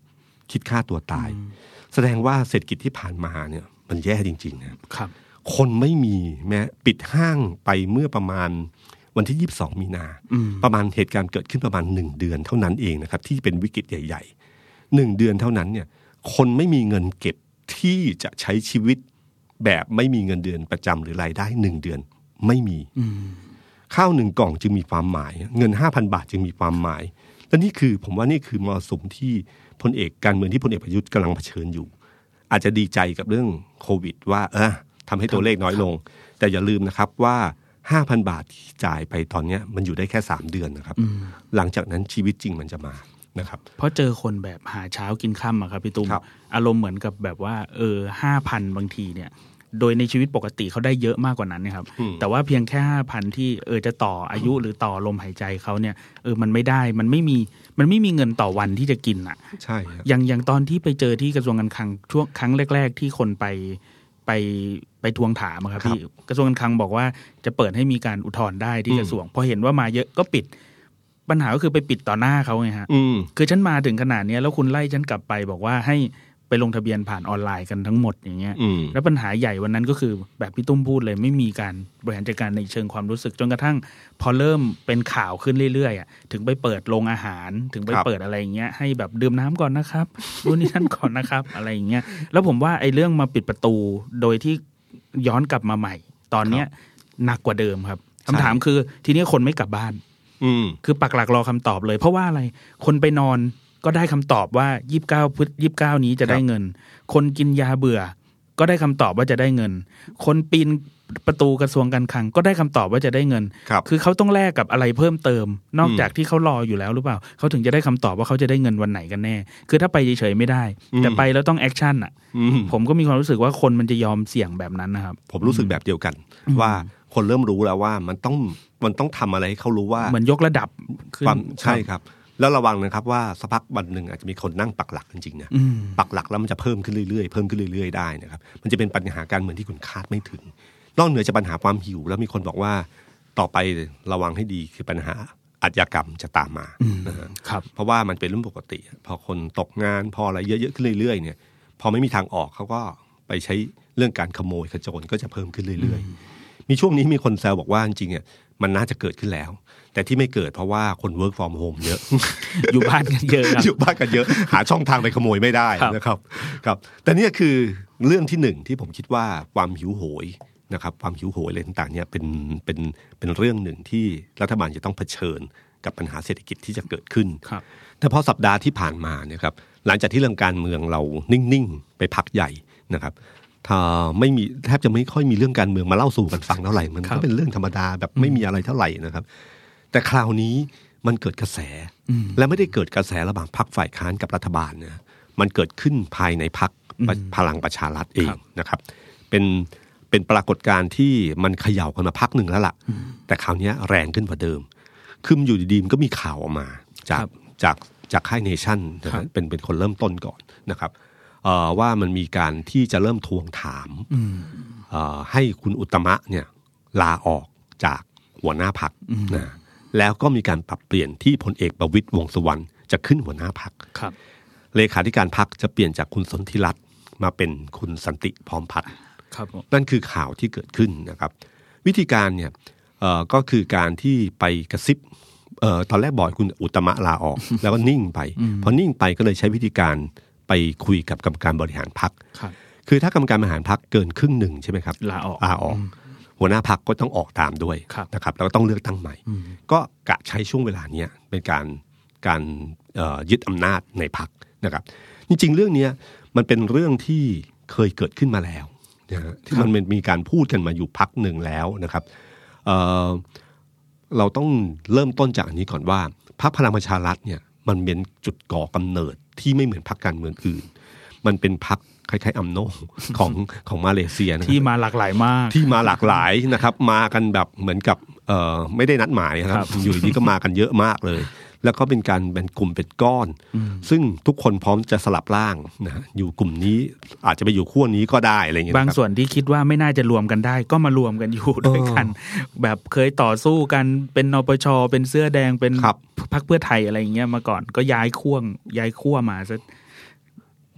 คิดฆ่าตัวตายแสดงว่าเศรษฐกิจที่ผ่านมาเนี่ยมันแย่จริงๆนะครับคนไม่มีแม้ปิดห้างไปเมื่อประมาณวันที่ยี่สิบสองมีนาประมาณเหตุการณ์เกิดขึ้นประมาณหนึ่งเดือนเท่านั้นเองนะครับที่เป็นวิกฤตใหญ่ๆหนึ่งเดือนเท่านั้นเนี่ยคนไม่มีเงินเก็บที่จะใช้ชีวิตแบบไม่มีเงินเดือนประจำหรือรายได้หนึ่งเดือนไม่มีข้าวหนึ่งกล่องจึงมีความหมายเงิน ห้าพัน บาทจึงมีความหมายและนี่คือผมว่านี่คือมรสุมที่พลเอกการเมืองที่พลเอกประยุทธ์กำลังเผชิญอยู่อาจจะดีใจกับเรื่องโควิดว่าเออทำให้ตัวเลขน้อยลงแต่อย่าลืมนะครับว่า ห้าพัน บาทที่จ่ายไปตอนนี้มันอยู่ได้แค่สามเดือนนะครับหลังจากนั้นชีวิตจริงมันจะมานะครับ
เพราะเจอคนแบบหาเช้ากินค่ำอะครับพี่ตุ้มอารมณ์เหมือนกับแบบว่าเออ ห้าพัน บางทีเนี่ยโดยในชีวิตปกติเขาได้เยอะมากกว่านั้นนะครับแต่ว่าเพียงแค่ ห้าพัน ที่เออจะต่ออายุหรือต่อลมหายใจเขาเนี่ยเออมันไม่ได้มันไม่มีมันไม่มีเงินต่อวันที่จะกินอ่ะ
ใช่ครับ
อย่างอย่างตอนที่ไปเจอที่กระทรวงการคลังช่วงครั้งแรกๆที่คนไปไปไปทวงถามครับพี่กระทรวงการคลังบอกว่าจะเปิดให้มีการอุทธรณ์ได้ที่กระทรวงพอเห็นว่ามาเยอะก็ปิดปัญหาก็คือไปปิดต่อหน้าเขาไงฮะคือฉันมาถึงขนาดนี้แล้วคุณไล่ฉันกลับไปบอกว่าให้ไปลงทะเบียนผ่านออนไลน์กันทั้งหมดอย่างเงี้ยแล้วปัญหาใหญ่วันนั้นก็คือแบบพี่ตุ้มพูดเลยไม่มีการบริหารจัดการในเชิงความรู้สึกจนกระทั่งพอเริ่มเป็นข่าวขึ้นเรื่อยๆอ่ะถึงไปเปิดโรงอาหารถึงไปเปิดอะไรอย่างเงี้ยให้แบบดื่มน้ำก่อนนะครับดูนี่นั่นก่อนนะครับอะไรอย่างเงี้ยแล้วผมว่าไอ้เรื่องมาปิดประตูโดยที่ย้อนกลับมาใหม่ตอนเนี้ยหนักกว่าเดิมครับคำถามคือทีนี้คนไม่กลับบ้านคือปักหลักรอคำตอบเลยเพราะว่าอะไรคนไปนอนก็ได้คำตอบว่ายี่สิบเก้าพฤศจิกายนยี่สิบเก้านี้จะได้เงินคนกินยาเบื่อก็ได้คำตอบว่าจะได้เงินคนปีนประตูกระทรวงการคลังก็ได้คำตอบว่าจะได้เงิน ค, คือเขาต้องแลกกับอะไรเพิ่มเติมนอกจากที่เขารออยู่แล้วหรือเปล่าเขาถึงจะได้คำตอบว่าเขาจะได้เงินวันไหนกันแน่คือถ้าไปเฉยๆไม่ได้แต่ไปแล้วต้องแอคชั่นอ่ะผมก็มีความรู้สึกว่าคนมันจะยอมเสี่ยงแบบนั้นนะครับ
ผมรู้สึกแบบเดียวกันว่าคนเริ่มรู้แล้วว่ามันต้องมันต้องทำอะไรให้เขารู้ว่า
เหมือนยกระดับ
ขึ้นใช่ครับแล้วระวังนะครับว่าสักพักวันหนึ่งอาจจะมีคนนั่งปักหลักจริงๆนะปักหลักแล้วมันจะเพิ่มขึ้นเรื่อยๆเพิ่มขึ้นเรื่อยๆได้นะครับมันจะเป็นปัญหาการเมืองที่คุณคาดไม่ถึงนอกเหนือจากปัญหาความหิวแล้วมีคนบอกว่าต่อไประวังให้ดีคือปัญหาอาชญากรรมจะตามมา
ครับ
เพราะว่ามันเป็นเรื่องปกติพอคนตกงานพออะไรเยอะๆขึ้นเรื่อยๆเนี่ยพอไม่มีทางออกเขาก็ไปใช้เรื่องการขโมยขโจรก็จะเพิ่มขึ้นเรื่อยๆมีช่วงนี้มีคนแซวบอกว่าจริงๆอ่ะมันน่าจะเกิดขึ้นแล้วแต่ที่ไม่เกิดเพราะว่าคน work from home เยอะ
อยู่บ้านกันเยอะ
อยู่บ้านกันเยอะหาช่องทางไปขโมยไม่ได้นะครับครับแต่นี่คือเรื่องที่หนึ่งที่ผมคิดว่าความหิวโหยนะครับความหิวโหยอะไรต่างๆเนี่ยเป็นเป็นเป็นเรื่องหนึ่งที่รัฐบาลจะต้องเผชิญกับปัญหาเศรษฐกิจที่จะเกิดขึ้นแต่พอสัปดาห์ที่ผ่านมาเนี่ยครับหลังจากที่เรื่องการเมืองเรานิ่งๆไปพักใหญ่นะครับถ้าไม่มีแทบจะไม่ค่อยมีเรื่องการเมืองมาเล่าสู่กันฟังเท่าไหร่มันก็เป็นเรื่องธรรมดาแบบไม่มีอะไรเท่าไหร่นะครับแต่คราวนี้มันเกิดกระแสและไม่ได้เกิดกระแสระหว่างพรรคฝ่ายค้านกับรัฐบาลนะมันเกิดขึ้นภายในพรรคพลังประชารัฐเองนะครับเป็นเป็นปรากฏการณ์ที่มันเขย่ากันมาพักหนึ่งแล้วล่ะแต่คราวนี้แรงขึ้นกว่าเดิมคืออยู่ดีๆมันก็มีข่าวออกมาจากจากจากค่ายเนชั่นเป็นเป็นคนเริ่มต้นก่อนนะครับว่ามันมีการที่จะเริ่มทวงถามให้คุณอุตตมะเนี่ยลาออกจากหัวหน้าพรรคนะแล้วก็มีการปรับเปลี่ยนที่พลเอกประวิตรวงษ์สุวรรณจะขึ้นหัวหน้าพรรคเลขาธิการพรรคจะเปลี่ยนจากคุณสนธิรัตน์มาเป็นคุณสันติพร้อมพัฒน์นั่นคือข่าวที่เกิดขึ้นนะครับวิธีการเนี่ยก็คือการที่ไปกระซิบตอนแรกบอกคุณอุตตมะลาออก แล้วก็นิ่งไปพอนิ่งไปก็เลยใช้วิธีการไปคุยกับกรรมการบริหารพรรคคือถ้ากรรมการบริหารพรรคเกินครึ่งหนึ่งใช่ไหมครับ
ลาออก
ลาออกหัวหน้าพรรคก็ต้องออกตามด้วยนะครับแล้วก็ต้องเลือกตั้งใหม่ก็กะใช้ช่วงเวลานี้เป็นการการยึดอำนาจในพรรคนะครับจริงๆเรื่องนี้มันเป็นเรื่องที่เคยเกิดขึ้นมาแล้วนะที่มันมีการพูดกันมาอยู่พักหนึ่งแล้วนะครับ เ, เราต้องเริ่มต้นจากอันนี้ก่อนว่าพรรคพลังประชารัฐเนี่ยมันเป็นจุดก่อกำเนิดที่ไม่เหมือนพรรคการเมืองอื่นมันเป็นพรรคคล้ายๆอัมโนของของมาเลเซีย
ที่มาหลากหลายมาก
ที่มาหลากหลายนะครับมากันแบบเหมือนกับเอ่อไม่ได้นัดหมายครับอยู่ดีก็มากันเยอะมากเลยแล้วก็เป็นการเป็นกลุ่มเป็นก้อนซึ่งทุกคนพร้อมจะสลับร่างนะอยู่กลุ่มนี้อาจจะไปอยู่ขั้วนี้ก็ได้อะไรเงี้ย
บางส่วนที่คิดว่าไม่น่าจะรวมกันได้ก็มารวมกันอยู่ด้วยกันแบบเคยต่อสู้กันเป็นนปช.เป็นเสื้อแดงเป็นพรรคเพื่อไทยอะไรอย่างเงี้ยมาก่อนก็ย้ายขั้วย้ายขั้วมาซะ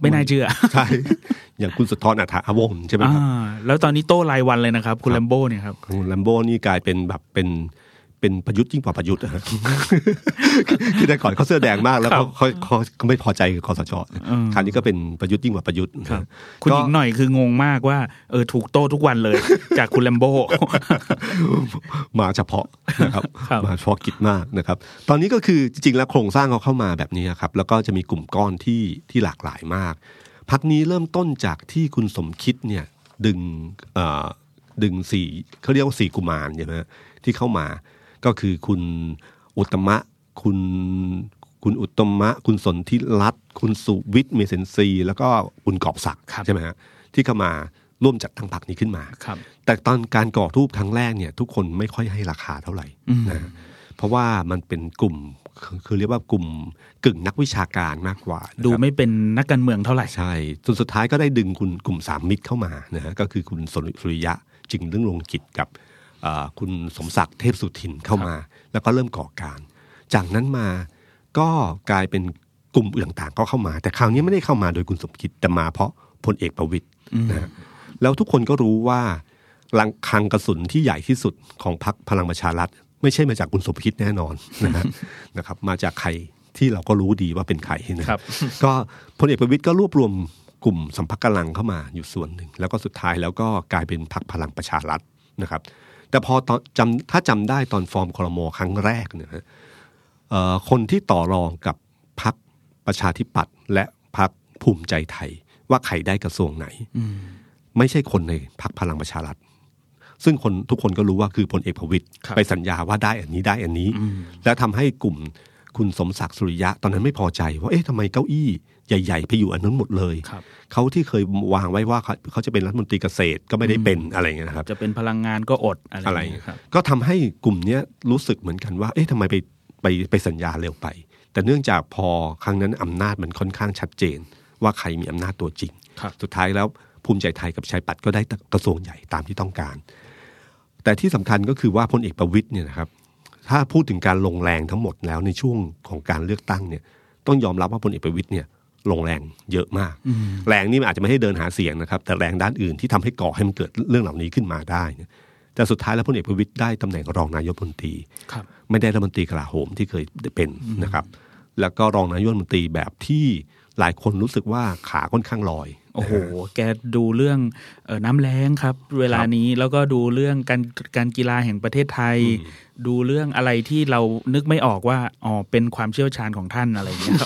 ไม่น่าเชื่อ
ใช่อย่างคุณสุธรอัฏฐาวงศ์ใช่ไหมครับ
แล้วตอนนี้โต้รายวันเลยนะครับคุณแลมโบ้เนี่ยครับ
คุณแลมโบ้นี่กลายเป็นแบบเป็นเป็นประยุทธ์ยิ่งกว่าประยุทธ์นะคือแต่ก่อนเขาเสื้อแดงมากแล้วเขาเขาเขาไม่พอใจกับคสช.คราวนี้ก็เป็นประยุทธ์ยิ่งกว่าประยุทธ์
คุณหญิงหน่อยคืองงมากว่าเออถูกโต้ทุกวันเลยจากคุณแลมโบ้
มาเฉพาะนะครับมาเฉพาะกิจมากนะครับตอนนี้ก็คือจริงๆแล้วโครงสร้างเขาเข้ามาแบบนี้ครับแล้วก็จะมีกลุ่มก้อนที่ที่หลากหลายมากพรรคนี้เริ่มต้นจากที่คุณสมคิดเนี่ยดึงเอ่อดึงสี่เขาเรียกว่าสี่กุมารใช่ไหมที่เข้ามาก็คือคุณอุตตมะคุณคุณอุตตมะคุณสนธิรัตน์คุณสุวิทย์เมเซนซีแล้วก็คุณกอบศักดิ์ใช่ไหมฮะที่เข้ามาร่วมจัดตั้งพรรคนี้ขึ้นมาแต่ตอนการก่อรูปครั้งแรกเนี่ยทุกคนไม่ค่อยให้ราคาเท่าไหร่นะเพราะว่ามันเป็นกลุ่มคือเรียกว่ากลุ่มกึ่งนักวิชาการมากกว่า
ดูไม่เป็นนักการเมืองเท่าไหร่
ใช่จนสุดท้ายก็ได้ดึงคุณกลุ่มสามมิตรเข้ามานะฮะก็คือคุณสุริยะจึงเรื่องลงกิจกับคุณสมศักดิ์เทพสุทินเข้ามาแล้วก็เริ่มก่อการจากนั้นมาก็กลายเป็นกลุ่มอื่นต่างๆก็เข้ามาแต่คราวนี้ไม่ได้เข้ามาโดยคุณสมคิดแต่มาเพราะพลเอกประวิตรนะแล้วทุกคนก็รู้ว่าลังคลังกระสุนที่ใหญ่ที่สุดของพรรคพลังประชารัฐไม่ใช่มาจากคุณสมคิดแน่นอนนะฮะนะครับมาจากใครที่เราก็รู้ดีว่าเป็นใครนะครับก็พลเอกประวิตรก็รวบรวมกลุ่มสัมภกำลังเข้ามาอยู่ส่วนหนึ่งแล้วก็สุดท้ายแล้วก็กลายเป็นพรรคพลังประชารัฐนะครับแต่พอตอนจำถ้าจำได้ตอนฟอร์มครม.ครั้งแรกเนี่ยคนที่ต่อรองกับพรรคประชาธิปัตย์และพรรคภูมิใจไทยว่าใครได้กระทรวงไหนไม่ใช่คนในพรรคพลังประชารัฐซึ่งคนทุกคนก็รู้ว่าคือพลเอกประวิตรไปสัญญาว่าได้อันนี้ได้อันนี้แล้วทำให้กลุ่มคุณสมศักดิ์สุริยะตอนนั้นไม่พอใจว่าเอ๊ะทำไมเก้าอี้ใหญ่ๆไปอยู่อันนั้นหมดเลยเขาที่เคยวางไว้ว่าเขาจะเป็นรัฐมนตรีเกษตรก็ไม่ได้เป็นอะไรเงี้ยนะครับ
จะเป็นพลังงานก็อดอะไร
ก็ทำให้กลุ่มนี้รู้สึกเหมือนกันว่าเอ๊ะทำไมไปไปไปสัญญาเร็วไปแต่เนื่องจากพอครั้งนั้นอำนาจมันค่อนข้างชัดเจนว่าใครมีอำนาจตัวจริงสุดท้ายแล้วภูมิใจไทยกับชัยปัตย์ก็ได้กระทรวงใหญ่ตามที่ต้องการแต่ที่สำคัญก็คือว่าพลเอกประวิตรเนี่ยนะครับถ้าพูดถึงการลงแรงทั้งหมดแล้วในช่วงของการเลือกตั้งเนี่ยต้องยอมรับว่าพลเอกประวิตรเนี่ยลงแรงเยอะมากแรงนี่มันอาจจะไม่ให้เดินหาเสียงนะครับแต่แรงด้านอื่นที่ทำให้ก่อให้มันเกิดเรื่องเหล่านี้ขึ้นมาได้แต่สุดท้ายแล้วพลเอกประวิตรได้ตำแหน่งรองนายกรัฐมนตรีไม่ได้รัฐมนตรีกลาโหมที่เคยเป็นนะครับแล้วก็รองนายกรัฐมนตรีแบบที่หลายคนรู้สึกว่าขาค่อนข้างลอย
โอ้โหแกดูเรื่องเอ่อน้ำแล้งครับเวลานี้แล้วก็ดูเรื่องการการกีฬาแห่งประเทศไทยดูเรื่องอะไรที่เรานึกไม่ออกว่าอ๋อเป็นความเชี่ยวชาญของท่านอะไรอย่างเงี้ยครับ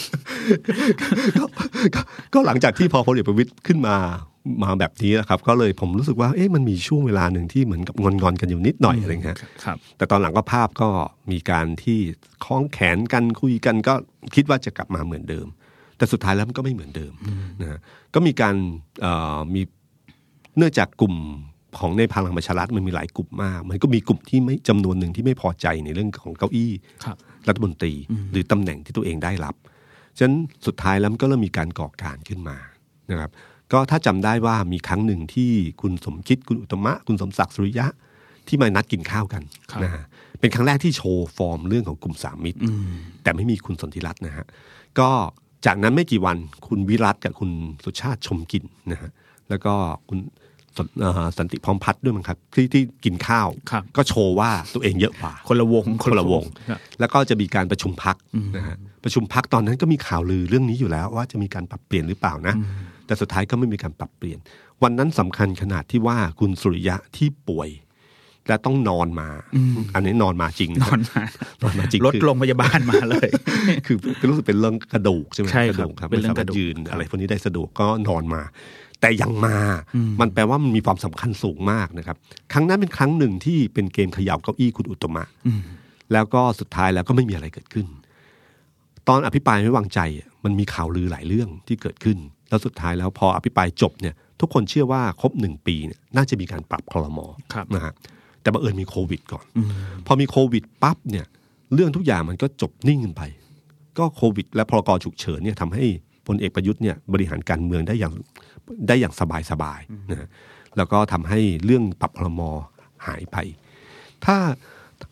ก็หลังจากที่พอพลเอกประวิตรขึ้นมามาแบบนี้นะครับก็เลยผมรู้สึกว่าเอ๊ะมันมีช่วงเวลาหนึ่งที่เหมือนกับงอนๆกันอยู่นิดหน่อยอะไรเงี้ยครับแต่ตอนหลังก็ภาพก็มีการที่คล้องแขนกันคุยกันก็คิดว่าจะกลับมาเหมือนเดิมแต่สุดท้ายแล้วมันก็ไม่เหมือนเดิมนะก็มีการมีเนื่องจากกลุ่มของในพลังประชารัฐมันมีหลายกลุ่มมากมันก็มีกลุ่มที่ไม่จำนวนหนึ่งที่ไม่พอใจในเรื่องของเก้าอี้รัฐมนตรีหรือตำแหน่งที่ตัวเองได้รับฉะนั้นสุดท้ายแล้วก็เริ่มมีการก่อการขึ้นมานะครับก็ถ้าจำได้ว่ามีครั้งหนึ่งที่คุณสมคิดคุณอุตตมะคุณสมศักดิ์สุริยะที่มานัดกินข้าวกันนะฮะเป็นครั้งแรกที่โชว์ฟอร์มเรื่องของกลุ่มสามมิตรแต่ไม่มีคุณสนธิรัตน์นะฮะก็จากนั้นไม่กี่วันคุณวิรัตกับคุณสุชาติชมกลิ่นนะฮะแล้วก็คุณสันติพร้อมพัฒน์ด้วยมั้งครับที่ที่กินข้าวก็โชว์ว่าตัวเองเยอะกว่า
คนละวง
คนละวงแล้วก็จะมีการประชุมพรรคนะฮะประชุมพรรคตอนนั้นก็มีข่าวลือเรื่องนี้อยู่แล้วว่าจะมีการปรับเปลี่ยนหรือเปล่านะแต่สุดท้ายก็ไม่มีการปรับเปลี่ยนวันนั้นสำคัญขนาดที่ว่าคุณสุริยะที่ป่วยและต้องนอนมาอันนี้นอนมาจริง
นอนมานอนมาจริงรถโรงพยาบาลมาเลย
คือรู้สึกเป็นเรื่องกระดูกใช่ไหมกระดูกครับเป็นเรื่องกระดูกยืนอะไรพวกนี้ได้สะดวกก็นอนมาแต่ยังมามันแปลว่ามันมีความสำคัญสูงมากนะครับครั้งนั้นเป็นครั้งหนึ่งที่เป็นเกมเขย่าเก้าอี้คุณอุตตมะแล้วก็สุดท้ายแล้วก็ไม่มีอะไรเกิดขึ้นตอนอภิปรายไม่วางใจมันมีข่าวลือหลายเรื่องที่เกิดขึ้นแล้วสุดท้ายแล้วพออภิปรายจบเนี่ยทุกคนเชื่อว่าครบหนึ่งปีเนี่ยน่าจะมีการปรับครม.นะฮะแต่บังเอิญมีโควิดก่อนพอมีโควิดปั๊บเนี่ยเรื่องทุกอย่างมันก็จบนิ่งกันไปก็โควิดและพรก.ฉุกเฉินเนี่ยทำให้พลเอกประยุทธ์เนี่ยบริหารการเมืองได้อย่างได้อย่างสบายๆนะแล้วก็ทำให้เรื่องปรับครม.หายไปถ้า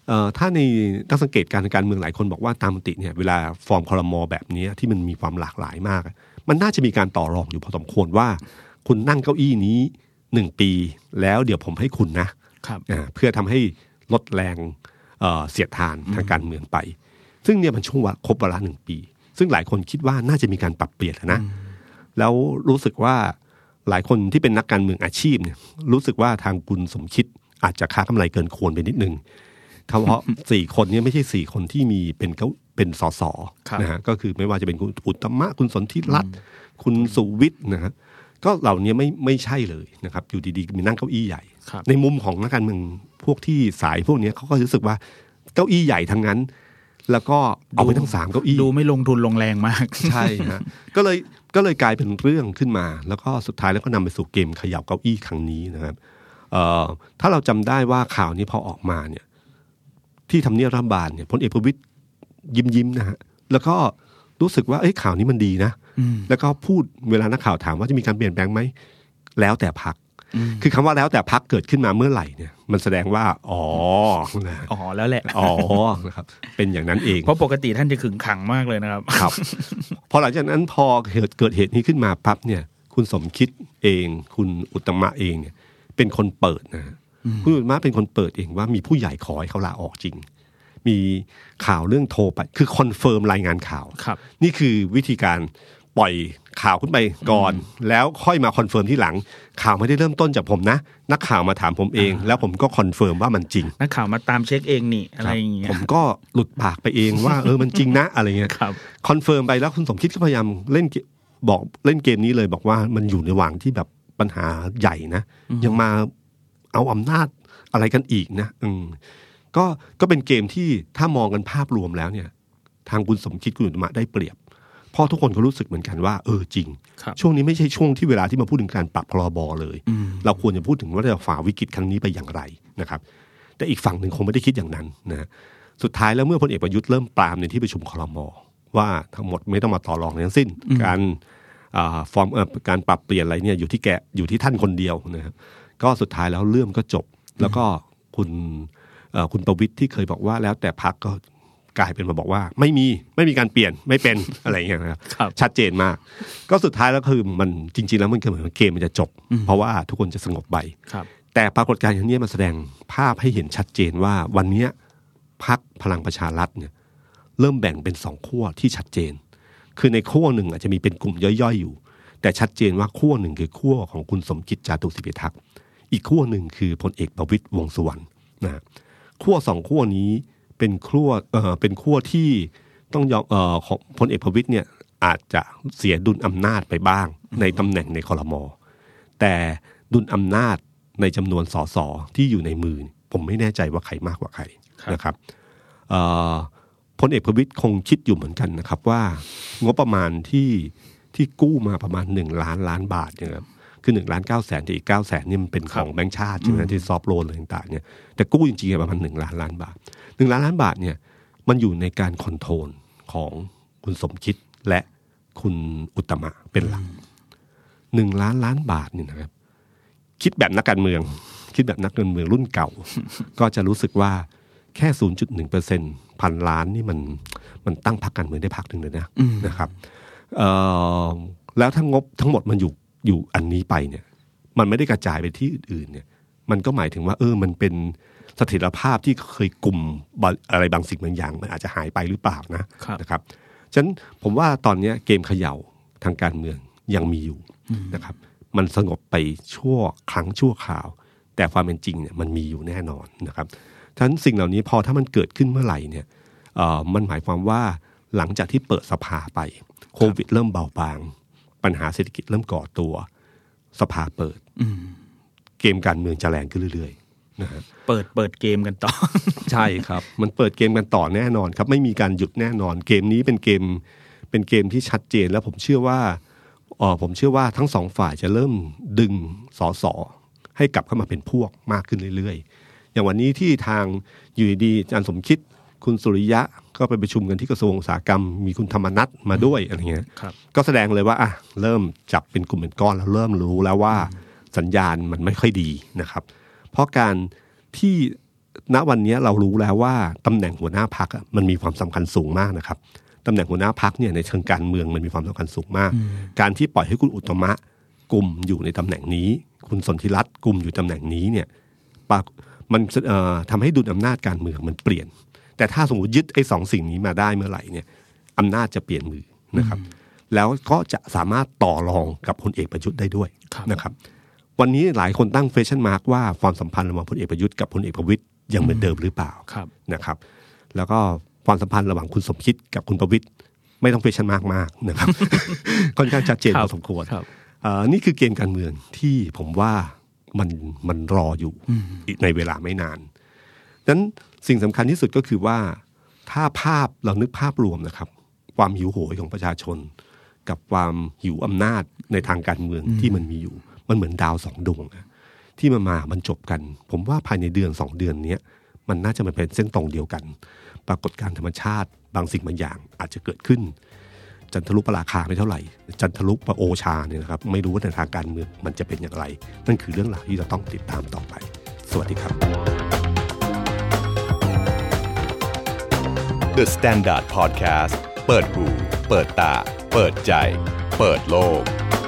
เอ่อถ้าในนักสังเกตการณ์การเมืองหลายคนบอกว่าตามมติเนี่ยเวลาฟอร์มครม.แบบนี้ที่มันมีความหลากหลายมากมันน่าจะมีการต่อรองอยู่พอสมควรว่าคุณนั่งเก้าอี้นี้หนึ่งปีแล้วเดี๋ยวผมให้คุณนะครับเพื่อทำให้ลดแรงเอ่อเสียดทานทางการเมืองไปซึ่งเนี่ยมันช่วงครบเวลาหนึ่งปีซึ่งหลายคนคิดว่าน่าจะมีการปรับเปลี่ยนนะแล้วรู้สึกว่าหลายคนที่เป็นนักการเมืองอาชีพเนี่ยรู้สึกว่าทางคุณสมคิดอาจจะค้ากำไรเกินควรไปนิดนึงเพราะสี่คนนี้ไม่ใช่สี่คนที่มีเป็นเขาเป็นสสนะฮะก็คือไม่ว่าจะเป็นคุณอุตตมะคุณสนธิรัตน์คุณสุวิทย์นะฮะก็เหล่านี้ไม่ไม่ใช่เลยนะครับอยู่ดีๆมีนั่งเก้าอี้ใหญ่ในมุมของนักการเมืองพวกที่สายพวกนี้เขาก็รู้สึกว่าเก้าอี้ใหญ่ทั้งนั้นแล้วก็เอาไปทั้งสามเก้าอี้
ดูไม่ลงทุนลงแรงมาก
ใช่ฮะก็เลยก็เลยกลายเป็นเรื่องขึ้นมาแล้วก็สุดท้ายแล้วก็นำไปสู่เกมเขย่าเก้าอี้ครั้งนี้นะครับเอ่อถ้าเราจำได้ว่าข่าวนี้พอออกมาเนี่ยที่ทำเนียบรัฐบาลเนี่ยพลเอกประวิตรยิ้มยิ้มนะฮะแล้วก็รู้สึกว่าเอ้ยข่าวนี้มันดีนะแล้วก็พูดเวลานักข่าวถามว่าจะมีการเปลี่ยนแปลงไหมแล้วแต่พรรคคือคำว่าแล้วแต่พรรคเกิดขึ้นมาเมื่อไหร่เนี่ยมันแสดงว่าอ๋อ
อ๋อแล้วแหละ
อ๋อนะครับเป็นอย่างนั้นเอง
เพราะปกติท่านจะขึงขังมากเลยนะครับ
ครับพอหลังจากนั้นพอเกิดเกิดเหตุนี้ขึ้นมาปั๊บเนี่ยคุณสมคิดเองคุณอุตตมะเองเนี่ยเป็นคนเปิดนะคุณอุตตมะเป็นคนเปิดเองว่ามีผู้ใหญ่ขอให้เขาลาออกจริงมีข่าวเรื่องโทรไปคือคอนเฟิร์มรายงานข่าวนี่คือวิธีการปล่อยข่าวขึ้นไปก่อนแล้วค่อยมาคอนเฟิร์มที่หลังข่าวไม่ได้เริ่มต้นจากผมนะนักข่าวมาถามผมเองแล้วผมก็คอนเฟิร์มว่ามันจริง
นักข่าวมาตามเช็คเองนี่อะไรอย่างเงี้ย
ผมก็หลุดปากไปเองว่าเออมันจริงนะอะไรเงี้ยคอนเฟิร์มไปแล้วคุณสมคิดก็พยายามเล่นบอกเล่นเกมนี้เลยบอกว่ามันอยู่ในระหว่างที่แบบปัญหาใหญ่นะยังมาเอาอำนาจอะไรกันอีกนะอืมก็ก็เป็นเกมที่ถ้ามองกันภาพรวมแล้วเนี่ยทางคุณสมคิดคุณอุตตมะได้เปรียบเพราะทุกคนก็รู้สึกเหมือนกันว่าเออจริงช่วงนี้ไม่ใช่ช่วงที่เวลาที่มาพูดถึงการปรับพรบเลยเราควรจะพูดถึงว่าจะฝ่าวิกฤตครั้งนี้ไปอย่างไรนะครับแต่อีกฝั่งหนึ่งคงไม่ได้คิดอย่างนั้นนะสุดท้ายแล้วเมื่อพลเอกประยุทธ์เริ่มปรามในที่ประชุมครม.ว่าทั้งหมดไม่ต้องมาต่อรองทั้งสิ้นการฟอร์มการปรับเปลี่ยนอะไรเนี่ยอยู่ที่แกอยู่ที่ท่านคนเดียวนะครับก็สุดท้ายแล้วเรื่องก็จบแล้วก็คุณคุณประวิตรที่เคยบอกว่าแล้วแต่พรรคก็กลายเป็นมาบอกว่าไม่มีไม่มีการเปลี่ยนไม่เป็น อะไรอย่างเงี้ยนะครับชัดเจนมากก็สุดท้ายแล้วคือมันจริงๆแล้วมันเหมือนเกมมันจะจบเพราะว่าทุกคนจะสงบไปแต่ปรากฏการณ์อย่างนี้มันแสดงภาพให้เห็นชัดเจนว่าวันนี้พรรคพลังประชารัฐเนี่ยเริ่มแบ่งเป็นสองขั้วที่ชัดเจนคือในขั้วหนึ่งอาจจะมีเป็นกลุ่มย่อยๆอยู่แต่ชัดเจนว่าขั้วหนึ่งคือขั้วของคุณสมคิดจาตุศรีพิทักษ์อีกขั้วหนึ่งคือพลเอกประวิตรวงษ์สุวรรณนะขั้วสองขั้วนี้เป็นขั้วเอ่อเป็นขั้วที่ต้องยอมเอ่อของพลเอกประวิตรเนี่ยอาจจะเสียดุลอำนาจไปบ้างในตำแหน่งในครม.แต่ดุลอำนาจในจำนวนสสที่อยู่ในมือผมไม่แน่ใจว่าใครมากกว่าใครนะครับเอ่อพลเอกประวิตรคงคิดอยู่เหมือนกันนะครับว่างบประมาณที่ที่กู้มาประมาณหนึ่งล้านล้านบาทเนี่ยครับคือหนึ่งล้านเก้าแสนแต่อีกเก้าแสนนี่มันเป็นของแบงก์ชาติใช่ไหมที่ซอฟต์โลนอะไรต่างๆเนี่ยแต่กู้จริงๆประมาณหนึ่งล้านล้านบาทหนึ่งล้านล้านบาทเนี่ยมันอยู่ในการคอนโทรลของคุณสมคิดและคุณอุตตมะเป็นหลักหนึ่งล้านล้านบาทเนี่ยนะครับคิดแบบนักการเมืองคิดแบบนักการเมืองรุ่นเก่า ก็จะรู้สึกว่าแค่ ศูนย์จุดหนึ่งเปอร์เซ็นต์ พันล้านนี่มันมันตั้งพรรคการเมืองได้พรรคนึงเลยนะนะครับแล้วถ้างบทั้งหมดมันอยู่อยู่อันนี้ไปเนี่ยมันไม่ได้กระจายไปที่อื่นๆเนี่ยมันก็หมายถึงว่าเออมันเป็นเสถียรภาพที่เคยกลุ่มอะไรบางสิ่งบางอย่างมันอาจจะหายไปหรือเปล่านะนะครับฉะนั้นผมว่าตอนนี้เกมเขย่าทางการเมืองยังมีอยู่นะครับมันสงบไปชั่วครั้งชั่วคราวแต่ความเป็นจริงเนี่ยมันมีอยู่แน่นอนนะครับฉะนั้นสิ่งเหล่านี้พอถ้ามันเกิดขึ้นเมื่อไหร่เนี่ยเอ่อมันหมายความว่าหลังจากที่เปิดสภาไปโควิดเริ่มเบาบางปัญหาเศรษฐกิจเริ่มก่อตัวสภาเปิดเกมการเมืองจะแรงขึ้นเรื่อยๆนะฮะ
เปิดเปิดเกมกันต่อ
ใช่ครับมันเปิดเกมกันต่อแน่นอนครับไม่มีการหยุดแน่นอนเกมนี้เป็นเกมเป็นเกมที่ชัดเจนแล้วผมเชื่อว่าเออผมเชื่อว่าทั้งสองฝ่ายจะเริ่มดึงสสให้กลับเข้ามาเป็นพวกมากขึ้นเรื่อยๆอย่างวันนี้ที่ทางอยู่ดีอาจารย์สมคิดคุณสุริยะก็ไปประชุมกันที่กระทรวงอุตสาหกรรมมีคุณธรรมนัสมาด้วยอะไรเงี้ยก็แสดงเลยว่าอ่ะเริ่มจับเป็นกลุ่มเป็นก้อนแล้วเริ่มรู้แล้วว่าสัญญาณมันไม่ค่อยดีนะครับเพราะการที่ณวันนี้เรารู้แล้วว่าตำแหน่งหัวหน้าพรรคมันมีความสำคัญสูงมากนะครับตำแหน่งหัวหน้าพรรคเนี่ยในเชิงการเมืองมันมีความสำคัญสูงมากการที่ปล่อยให้คุณอุตตมะกลุ่มอยู่ในตำแหน่งนี้คุณสนธิรัตน์กลุ่มอยู่ตำแหน่งนี้เนี่ยมันเอ่อทำให้ดุลอำนาจการเมืองมันเปลี่ยนแต่ถ้าสมมติยึดไอ้สองสิ่งนี้มาได้เมื่อไหร่เนี่ยอำนาจจะเปลี่ยนมือนะครับแล้วก็จะสามารถต่อรองกับพลเอกประยุทธ์ได้ด้วยนะครับวันนี้หลายคนตั้ง question mark ว่าความสัมพันธ์ระหว่างพลเอกประยุทธ์กับพลเอกประวิตรยังเหมือนเดิมหรือเปล่านะครับแล้วก็ความสัมพันธ์ระหว่างคุณสมคิดกับคุณประวิตรไม่ต้อง question mark มากนะครับ ค่อนข้างชัดเจนพอสมควรนี่คือเกมการเมืองที่ผมว่ามันมันรออยู่ในเวลาไม่นานนั้นสิ่งสำคัญที่สุดก็คือว่าถ้าภาพเรานึกภาพรวมนะครับความหิวโหยของประชาชนกับความหิวอำนาจในทางการเมืองที่มันมีอยู่มันเหมือนดาวสองดวงที่มันมามันจบกันผมว่าภายในเดือนสองเดือนนี้มันน่าจะมาเป็นเส้นตรงเดียวกันปรากฏการณ์ธรรมชาติบางสิ่งบางอย่างอาจจะเกิดขึ้นจันทรุปราคาไม่เท่าไหร่จันทรุปโอชาเนี่ยนะครับไม่รู้ว่าในทางการเมืองมันจะเป็นอย่างไรนั่นคือเรื่องราวที่เราต้องติดตามต่อไปสวัสดีครับ
The Standard Podcast เปิดหูเปิดตาเปิดใจเปิดโลก